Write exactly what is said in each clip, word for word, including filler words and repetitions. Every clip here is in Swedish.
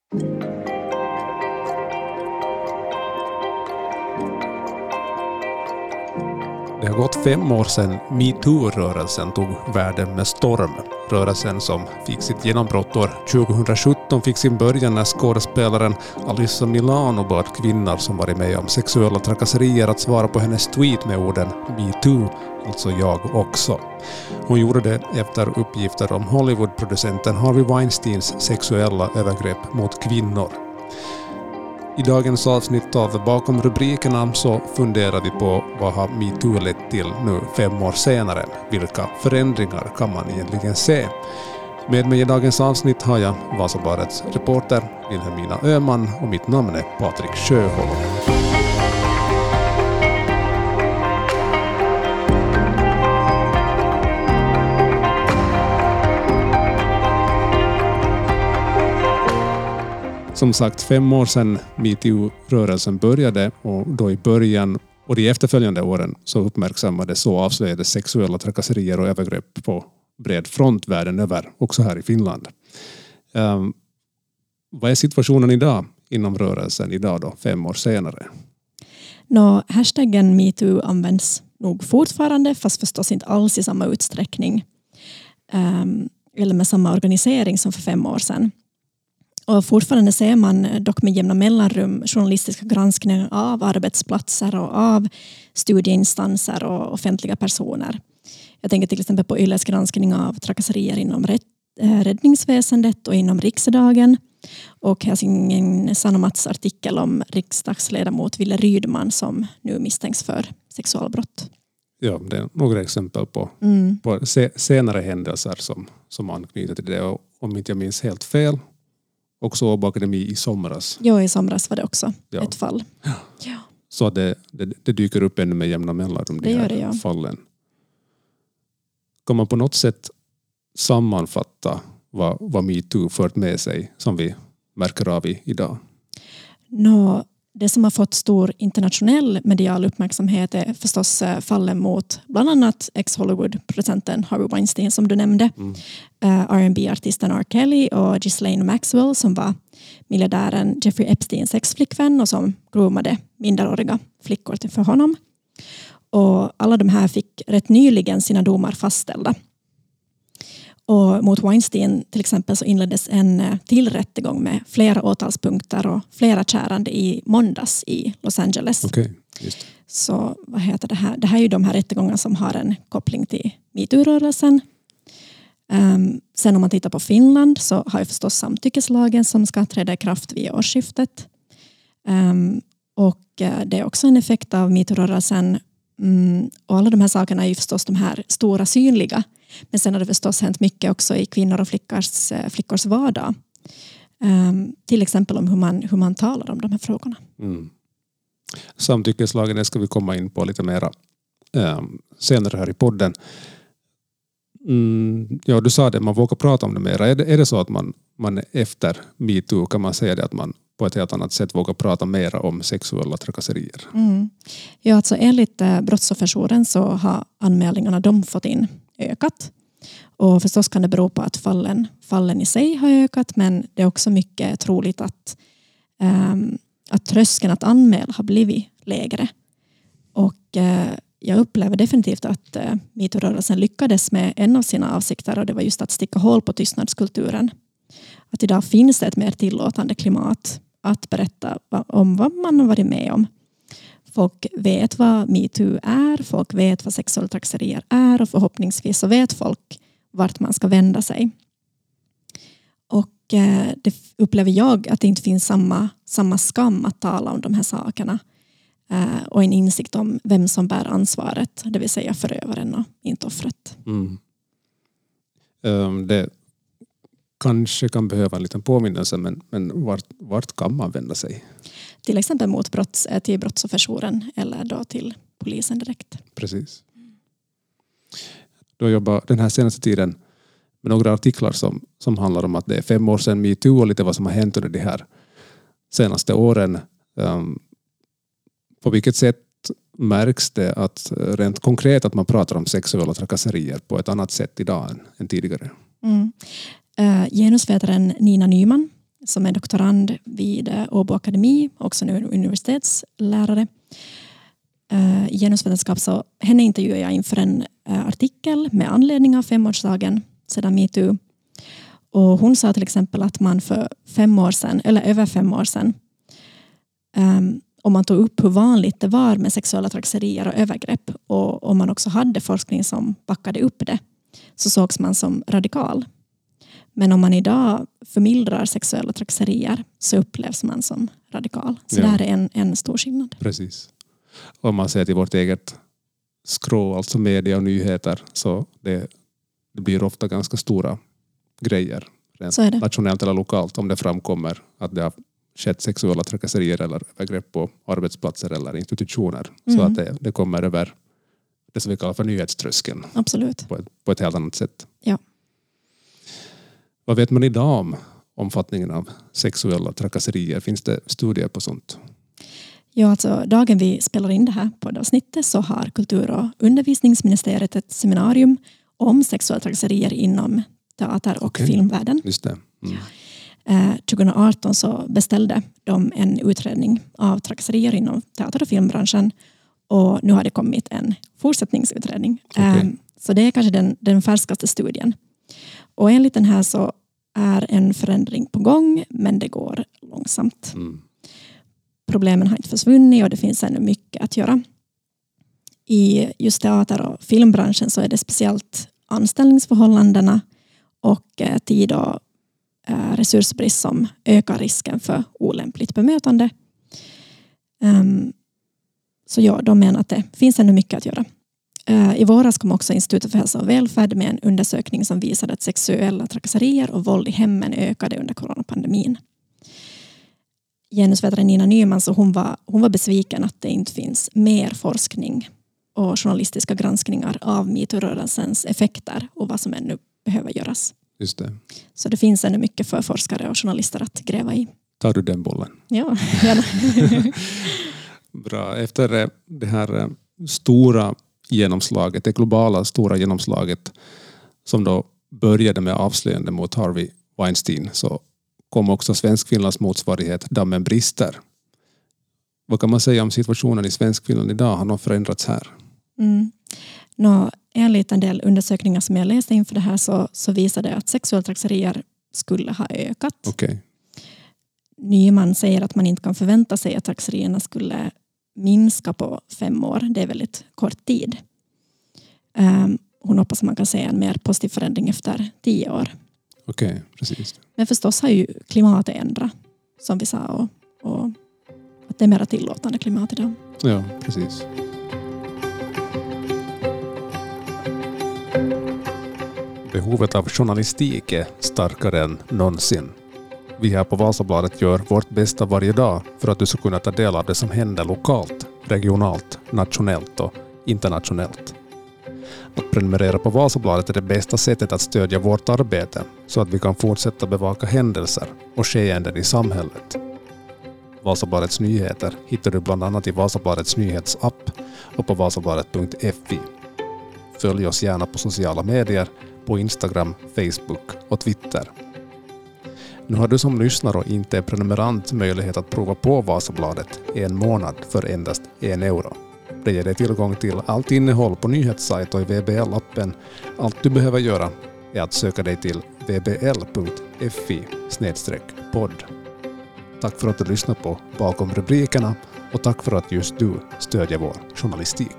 Det har gått fem år sedan MeToo-rörelsen tog världen med storm. Rörelsen som fick sitt genombrott år tjugohundrasjutton fick sin början när skådespelaren Alyssa Milano bad kvinnor som varit med om sexuella trakasserier att svara på hennes tweet med orden MeToo, alltså jag också. Hon gjorde det efter uppgifter om Hollywood-producenten Harvey Weinsteins sexuella övergrepp mot kvinnor. I dagens avsnitt av Bakom rubrikerna så funderar vi på vad har MeToo lett till nu fem år senare. Vilka förändringar kan man egentligen se? Med mig i dagens avsnitt har jag Vasabarets reporter Wilhelmina Öhman och mitt namn är Patrik Sjöholm. Som sagt, fem år sedan MeToo-rörelsen började och då i början och de efterföljande åren så uppmärksammades och avslöjades sexuella trakasserier och övergrepp på bred front världen över, också här i Finland. Um, vad är situationen idag inom rörelsen idag då, fem år senare? Nå, hashtaggen MeToo används nog fortfarande, fast förstås inte alls i samma utsträckning. Um, eller med samma organisering som för fem år sedan. Och fortfarande ser man dock med jämna mellanrum journalistiska granskningar av arbetsplatser och av studieinstanser och offentliga personer. Jag tänker till exempel på Yles granskning av trakasserier inom räddningsväsendet och inom riksdagen. Och Helsingin Sanomats artikel om riksdagsledamot Ville Rydman som nu misstänks för sexualbrott. Ja, det är några exempel på, mm. på senare händelser som, som anknyter till det. Och om inte jag minns helt fel, också Åbo Akademi i somras. Ja, i somras var det också ja. ett fall. Ja. Ja. Så det, det, det dyker upp ännu med jämna mellanrum de här det, ja. fallen. Kan man på något sätt sammanfatta vad, vad MeToo fört med sig som vi märker av i, idag? Nå, det som har fått stor internationell medial uppmärksamhet är förstås fallen mot bland annat ex-Hollywood-producenten Harvey Weinstein som du nämnde. Mm. Uh, R and B-artisten R. Kelly och Ghislaine Maxwell som var miljardären Jeffrey Epsteins sexflickvän och som groomade minderåriga flickor till för honom. Och alla de här fick rätt nyligen sina domar fastställda. Och mot Weinstein till exempel så inleddes en till rättegång med flera åtalspunkter och flera kärande i måndags i Los Angeles. Okay, just. Så vad heter det här? Det här är ju de här rättegångarna som har en koppling till MeToo-rörelsen. Um, sen om man tittar på Finland så har ju förstås samtyckeslagen som ska träda i kraft vid årsskiftet. Um, och uh, det är också en effekt av MeToo-rörelsen. Mm, och alla de här sakerna är ju förstås de här stora synliga. Men sen har det förstås hänt mycket också i kvinnor och flickors, flickors vardag. Um, till exempel om hur man, hur man talar om de här frågorna. Mm. Samtyckeslagen ska vi komma in på lite mer um, senare här i podden. Mm, ja, du sa det, man vågar prata om det mer. Är det, är det så att man, man efter MeToo kan man säga det att man på ett helt annat sätt vågar prata mer om sexuella trakasserier? Mm. Ja, alltså enligt eh, brottsofferjouren så har anmälningarna de fått in ökat. Och förstås kan det bero på att fallen, fallen i sig har ökat, men det är också mycket troligt att, um, att tröskeln att anmäla har blivit lägre. Och uh, jag upplever definitivt att uh, MeToo-rörelsen lyckades med en av sina avsikter och det var just att sticka hål på tystnadskulturen. Att idag finns det ett mer tillåtande klimat att berätta om vad man har varit med om. Folk vet vad MeToo är, folk vet vad sexuella trakasserier är och förhoppningsvis så vet folk vart man ska vända sig. Och eh, det upplever jag att det inte finns samma, samma skam att tala om de här sakerna. Eh, och en insikt om vem som bär ansvaret, det vill säga förövaren och inte offret. Mm. Um, det kanske kan behöva en liten påminnelse, men, men vart, vart kan man vända sig? Till exempel mot brotts, till brottsofferjouren eller då till polisen direkt. Precis. Du har jobbat den här senaste tiden med några artiklar som, som handlar om att det är fem år sedan MeToo och lite vad som har hänt under de här senaste åren. Um, på vilket sätt märks det att rent konkret att man pratar om sexuella trakasserier på ett annat sätt idag än, än tidigare? Mm. Uh, genusvetaren Nina Nyman som är doktorand vid Åbo Akademi, också nu universitetslärare i genusvetenskap. Så henne intervjuade jag inför en artikel med anledning av femårsdagen sedan MeToo. Och hon sa till exempel att man för fem år sedan, eller över fem år sedan, um, om man tog upp hur vanligt det var med sexuella trakasserier och övergrepp, och om man också hade forskning som backade upp det, så sågs man som radikal. Men om man idag förmildrar sexuella trakasserier så upplevs man som radikal. Så ja. det här är en, en stor skillnad. Precis. Om man ser till vårt eget skrå, alltså media och nyheter, så det, det blir ofta ganska stora grejer. Så är det. Nationellt eller lokalt, om det framkommer att det har skett sexuella trakasserier eller övergrepp på arbetsplatser eller institutioner. Mm. Så att det, det kommer över det som vi kallar för nyhetströskeln. Absolut. På ett, på ett helt annat sätt. Ja. Vad vet man idag om omfattningen av sexuella trakasserier? Finns det studier på sånt? Ja, alltså dagen vi spelar in det här poddavsnittet så har Kultur- och undervisningsministeriet ett seminarium om sexuella trakasserier inom teater- och okay. filmvärlden. Just det. Mm. Eh, tjugo arton så beställde de en utredning av trakasserier inom teater- och filmbranschen, och nu har det kommit en fortsättningsutredning. Okay. Eh, så det är kanske den, den färskaste studien. Och enligt den här så är en förändring på gång, men det går långsamt. Mm. Problemen har inte försvunnit och det finns ännu mycket att göra. I just teater- och filmbranschen så är det speciellt anställningsförhållandena och eh, tid och eh, resursbrist som ökar risken för olämpligt bemötande. Um, så ja, de menar att det finns ännu mycket att göra. Uh, I våras kom också Institutet för hälsa och välfärd med en undersökning som visade att sexuella trakasserier och våld i hemmen ökade under coronapandemin. Genusvetaren Nina Nyman, så hon var, hon var besviken att det inte finns mer forskning och journalistiska granskningar av MeToo-rörelsens effekter och vad som ännu behöver göras. Just det. Så det finns ännu mycket för forskare och journalister att gräva i. Tar du den bollen? Ja, gärna. Bra. Efter det här stora genomslaget, det globala stora genomslaget som då började med avslöjande mot Harvey Weinstein, så kom också Svenskfinlands motsvarighet Dammen brister. Vad kan man säga om situationen i Svenskfinland idag? Har något förändrats här? Mm. Nå, enligt en del undersökningar som jag läste inför det här så, så visade det att sexuella trakasserier skulle ha ökat. Okay. Nyman säger att man inte kan förvänta sig att trakasserierna skulle minska på fem år. Det är väldigt kort tid. Um, hon hoppas att man kan se en mer positiv förändring efter tio år. Okej, okay, precis. Men förstås har ju klimatet ändrat, som vi sa, och, och att det är mer tillåtande klimat idag. Ja, precis. Behovet av journalistik är starkare än någonsin. Vi här på Vasabladet gör vårt bästa varje dag för att du ska kunna ta del av det som händer lokalt, regionalt, nationellt och internationellt. Att prenumerera på Vasabladet är det bästa sättet att stödja vårt arbete så att vi kan fortsätta bevaka händelser och skeenden i samhället. Vasabladets nyheter hittar du bland annat i Vasabladets nyhetsapp och på vasabladet punkt fi. Följ oss gärna på sociala medier, på Instagram, Facebook och Twitter. Nu har du som lyssnar och inte är prenumerant möjlighet att prova på Vasabladet en månad för endast en euro. Det ger dig tillgång till allt innehåll på nyhetssajt och i V B L-appen. Allt du behöver göra är att söka dig till v b l punkt fi snedstreck podd. Tack för att du lyssnar på Bakom rubrikerna och tack för att just du stödjer vår journalistik.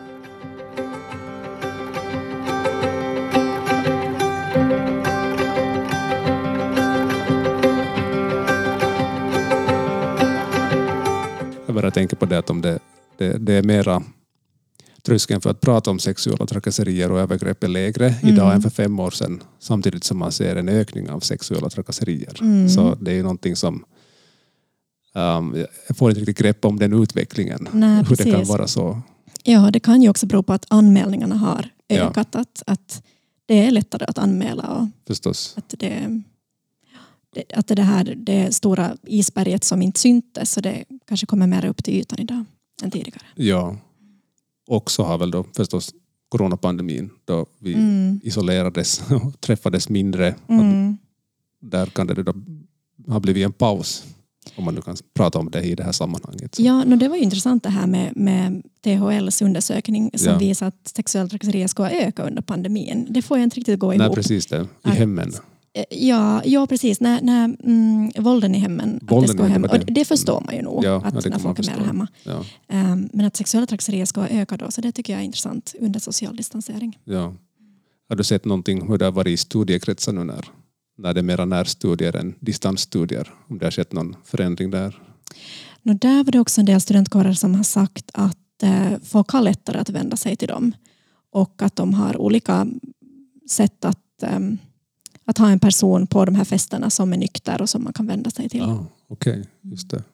Jag bara tänker på det att om det, det, det är mera tröskeln för att prata om sexuella trakasserier och övergrepp är lägre mm. idag än för fem år sedan, samtidigt som man ser en ökning av sexuella trakasserier. Mm. Så det är någonting som um, jag får inte riktigt grepp om den utvecklingen. Nej, hur precis. det kan vara så. Ja, det kan ju också bero på att anmälningarna har ökat. Ja. Att, att det är lättare att anmäla. Och förstås. Att det, att det här det stora isberget som inte syntes, så det kanske kommer mer upp till ytan idag än tidigare. Ja. Och så har väl då förstås coronapandemin då vi mm. isolerades och träffades mindre. Mm. Där kan det då har blivit en paus. Om man nu kan prata om det i det här sammanhanget. Så. Ja, no, det var ju intressant det här med, med T H L:s undersökning som ja. visar att sexuella trakasserier ska öka under pandemin. Det får jag inte riktigt gå ihop. Nej, precis det. I att, hemmen. Ja, ja, precis. När, när mm, vålden i hemmen. Vålden att det, ska hem, det. Och det förstår man ju nog. Ja, att ja, det när folk är mer hemma. Ja. Um, men att sexuella trakasserier ska öka då. Så det tycker jag är intressant under social distansering. Ja. Har du sett någonting hur det har varit i studiekretsar nu när, när det är mera närstudier än distansstudier? Om det har skett någon förändring där? No, där var det också en del studentkårer som har sagt att eh, folk har lättare att vända sig till dem. Och att de har olika sätt att, eh, att ha en person på de här festerna som är nykter och som man kan vända sig till. Ah, Okej, okay. Just det.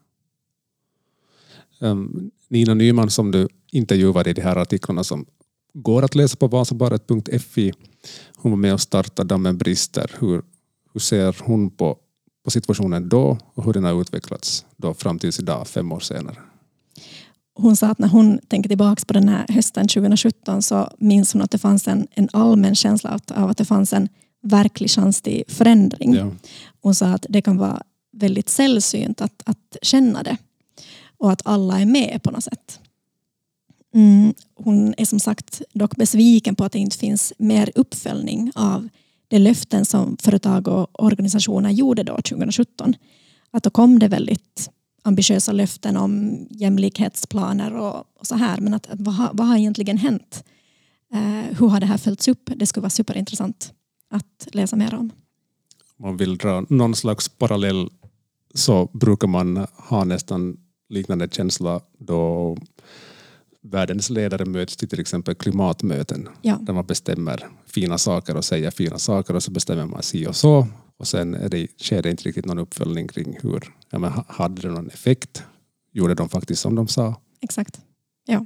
Um, Nina Nyman som du intervjuade i de här artiklarna som går att läsa på vasabaret punkt fi. Hon var med och startade Dammen brister. Hur, hur ser hon på, på situationen då och hur den har utvecklats då fram tills idag, fem år senare? Hon sa att när hon tänker tillbaka på den här hösten tjugohundrasjutton så minns hon att det fanns en, en allmän känsla av att det fanns en verklig chans till förändring. Ja. Hon sa att det kan vara väldigt sällsynt att, att känna det och att alla är med på något sätt. Mm, hon är som sagt dock besviken på att det inte finns mer uppföljning av de löften som företag och organisationer gjorde då tjugohundrasjutton. Att då kom det väldigt ambitiösa löften om jämlikhetsplaner och, och så här. Men att, att vad, har, vad har egentligen hänt? Eh, hur har det här följts upp? Det skulle vara superintressant att läsa mer om. Man vill dra någon slags parallell så brukar man ha nästan liknande känsla då världens ledare möts till till exempel klimatmöten. Ja. Där man bestämmer fina saker och säger fina saker och så bestämmer man sig och så. Och sen är det, sker det inte riktigt någon uppföljning kring hur, ja, men hade det någon effekt? Gjorde de faktiskt som de sa? Exakt, ja.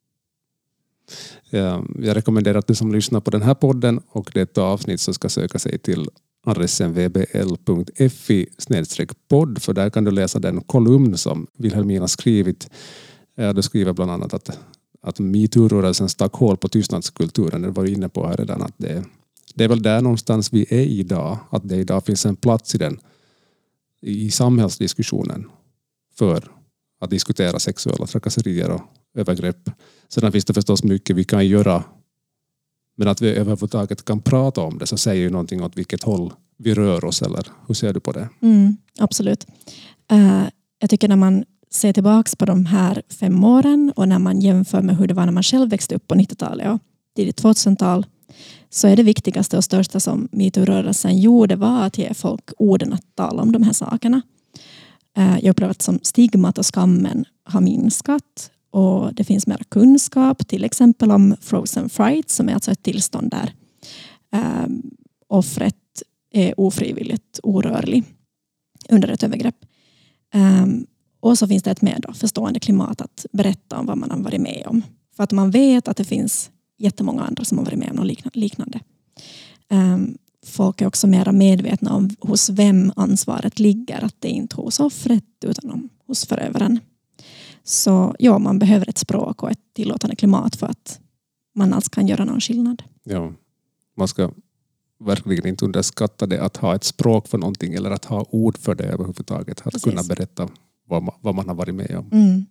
ja jag rekommenderar att du som lyssnar på den här podden och detta avsnitt så ska söka sig till adressen v b l punkt fi snedstreck podd för där kan du läsa den kolumn som Wilhelmina skrivit. Du skriver bland annat att, att MeToo-rörelsen stack hål på tystnadskulturen. Det var inne på här redan att det, det är väl där någonstans vi är idag. Att det idag finns en plats i den i samhällsdiskussionen för att diskutera sexuella trakasserier och övergrepp. Sedan finns det förstås mycket vi kan göra. Men att vi överhuvudtaget kan prata om det så säger ju någonting åt vilket håll vi rör oss. Eller hur ser du på det? Mm, absolut. Uh, jag tycker när man ser tillbaka på de här fem åren och när man jämför med hur det var när man själv växte upp på nittiotalet och tidigt tvåtusental så är det viktigaste och största som MeToo-rörelsen gjorde var att ge folk orden att tala om de här sakerna. Jag upplever att som stigmat och skammen har minskat och det finns mer kunskap till exempel om frozen fright som är alltså ett tillstånd där um, offret är ofrivilligt orörlig under ett övergrepp. Um, Och så finns det ett mer då förstående klimat att berätta om vad man har varit med om. För att man vet att det finns jättemånga andra som har varit med om något liknande. Um, folk är också mer medvetna om hos vem ansvaret ligger. Att det är inte hos offret utan om, hos förövaren. Så ja, man behöver ett språk och ett tillåtande klimat för att man alls kan göra någon skillnad. Ja, man ska verkligen inte underskatta det att ha ett språk för någonting eller att ha ord för det överhuvudtaget. Att Precis. kunna berätta vad man, vad man har varit med om. Mm.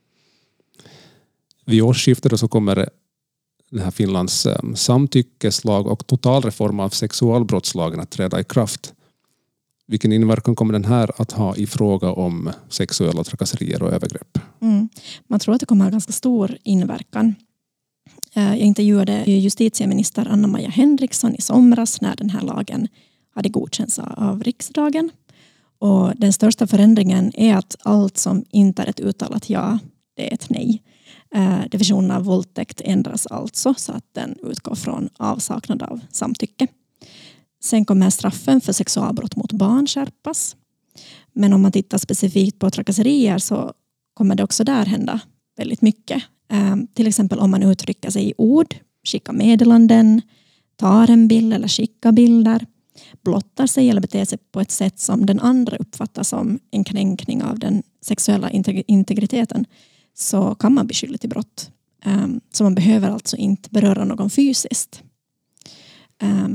Vid årsskiftet så kommer den här Finlands um, samtyckeslag och totalreform av sexualbrottslagen att träda i kraft. Vilken inverkan kommer den här att ha i fråga om sexuella trakasserier och övergrepp? Mm. Man tror att det kommer ha ganska stor inverkan. Jag intervjuade justitieminister Anna-Maja Henriksson i somras när den här lagen hade godkänts av riksdagen. Och den största förändringen är att allt som inte är ett uttalat ja, det är ett nej. Definitionen av våldtäkt ändras alltså så att den utgår från avsaknad av samtycke. Sen kommer straffen för sexualbrott mot barn skärpas. Men om man tittar specifikt på trakasserier så kommer det också där hända väldigt mycket. Till exempel om man uttrycker sig i ord, skickar meddelanden, tar en bild eller skickar bilder, blottar sig eller beter sig på ett sätt som den andra uppfattar som en kränkning av den sexuella integriteten, så kan man bli skyldig till brott. Så man behöver alltså inte beröra någon fysiskt.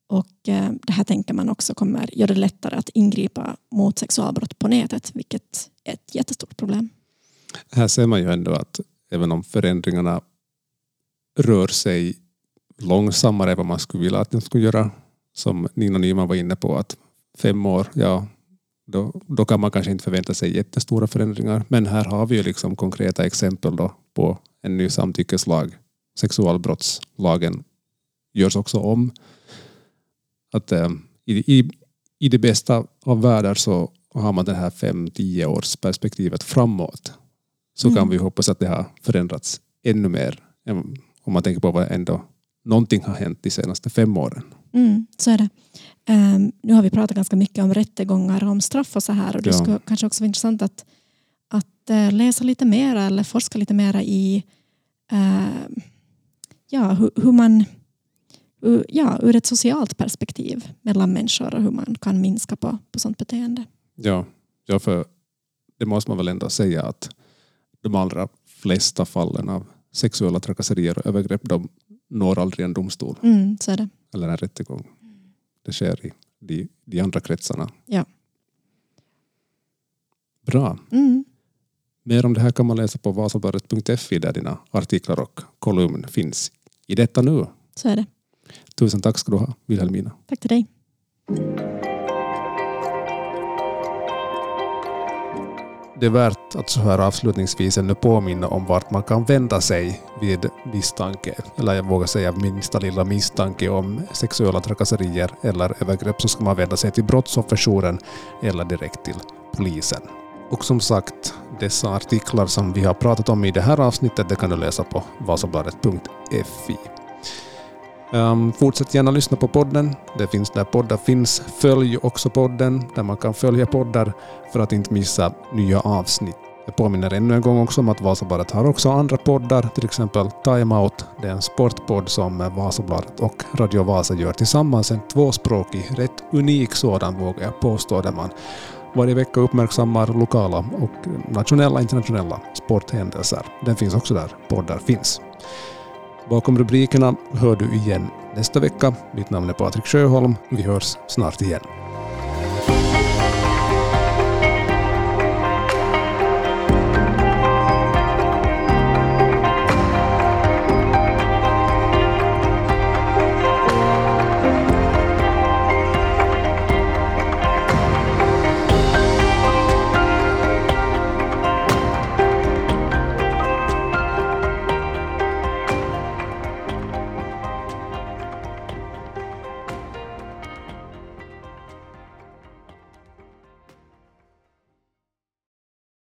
Och eh, det här tänker man också kommer göra det lättare att ingripa mot sexualbrott på nätet, vilket är ett jättestort problem. Här ser man ju ändå att även om förändringarna rör sig långsammare än vad man skulle vilja att de skulle göra, som Nina Nyman var inne på, att fem år, ja, då, då kan man kanske inte förvänta sig jättestora förändringar. Men här har vi ju liksom konkreta exempel då på en ny samtyckeslag. Sexualbrottslagen görs också om. Att eh, i, i, i det bästa av världar så har man det här fem till tio års perspektivet framåt. Så mm. kan vi hoppas att det har förändrats ännu mer. Om man tänker på vad ändå någonting har hänt de senaste fem åren. Mm, så är det. Um, nu har vi pratat ganska mycket om rättegångar och om straff och så här. Och det ja. skulle kanske också vara intressant att, att uh, läsa lite mer eller forska lite mer i uh, ja, hur, hur man uh, ja, ur ett socialt perspektiv mellan människor och hur man kan minska på, på sånt beteende. Ja, ja, för det måste man väl ändå säga att de allra flesta fallen av sexuella trakasserier och övergrepp, de når aldrig en domstol. Mm, så är det. Eller en rättegång. Det sker i de, de andra kretsarna. Ja. Bra. Mm. Mer om det här kan man läsa på vasabladet punkt fi där dina artiklar och kolumn finns i detta nu. Så är det. Tusen tack ska du ha, Wilhelmina. Tack till dig. Det är värt att så här avslutningsvis ännu påminna om vart man kan vända sig vid misstanke, eller jag vågar säga minsta lilla misstanke om sexuella trakasserier eller övergrepp, så ska man vända sig till brottsofferjouren eller direkt till polisen. Och som sagt, dessa artiklar som vi har pratat om i det här avsnittet, det kan du läsa på vasabladet punkt fi. Um, fortsätt gärna lyssna på podden. Det finns där poddar finns. Följ också podden där man kan följa poddar för att inte missa nya avsnitt. Jag påminner ännu en gång också om att Vasabladet har också andra poddar, till exempel Time Out. Det är en sportpodd som Vasabladet och Radio Vasa gör tillsammans. En tvåspråkig, rätt unik sådan vågar jag påstå, där man varje vecka uppmärksammar lokala och nationella och internationella sporthändelser. Den finns också där poddar finns. Bakom rubrikerna hör du igen nästa vecka. Mitt namn är Patrik Sjöholm. Vi hörs snart igen.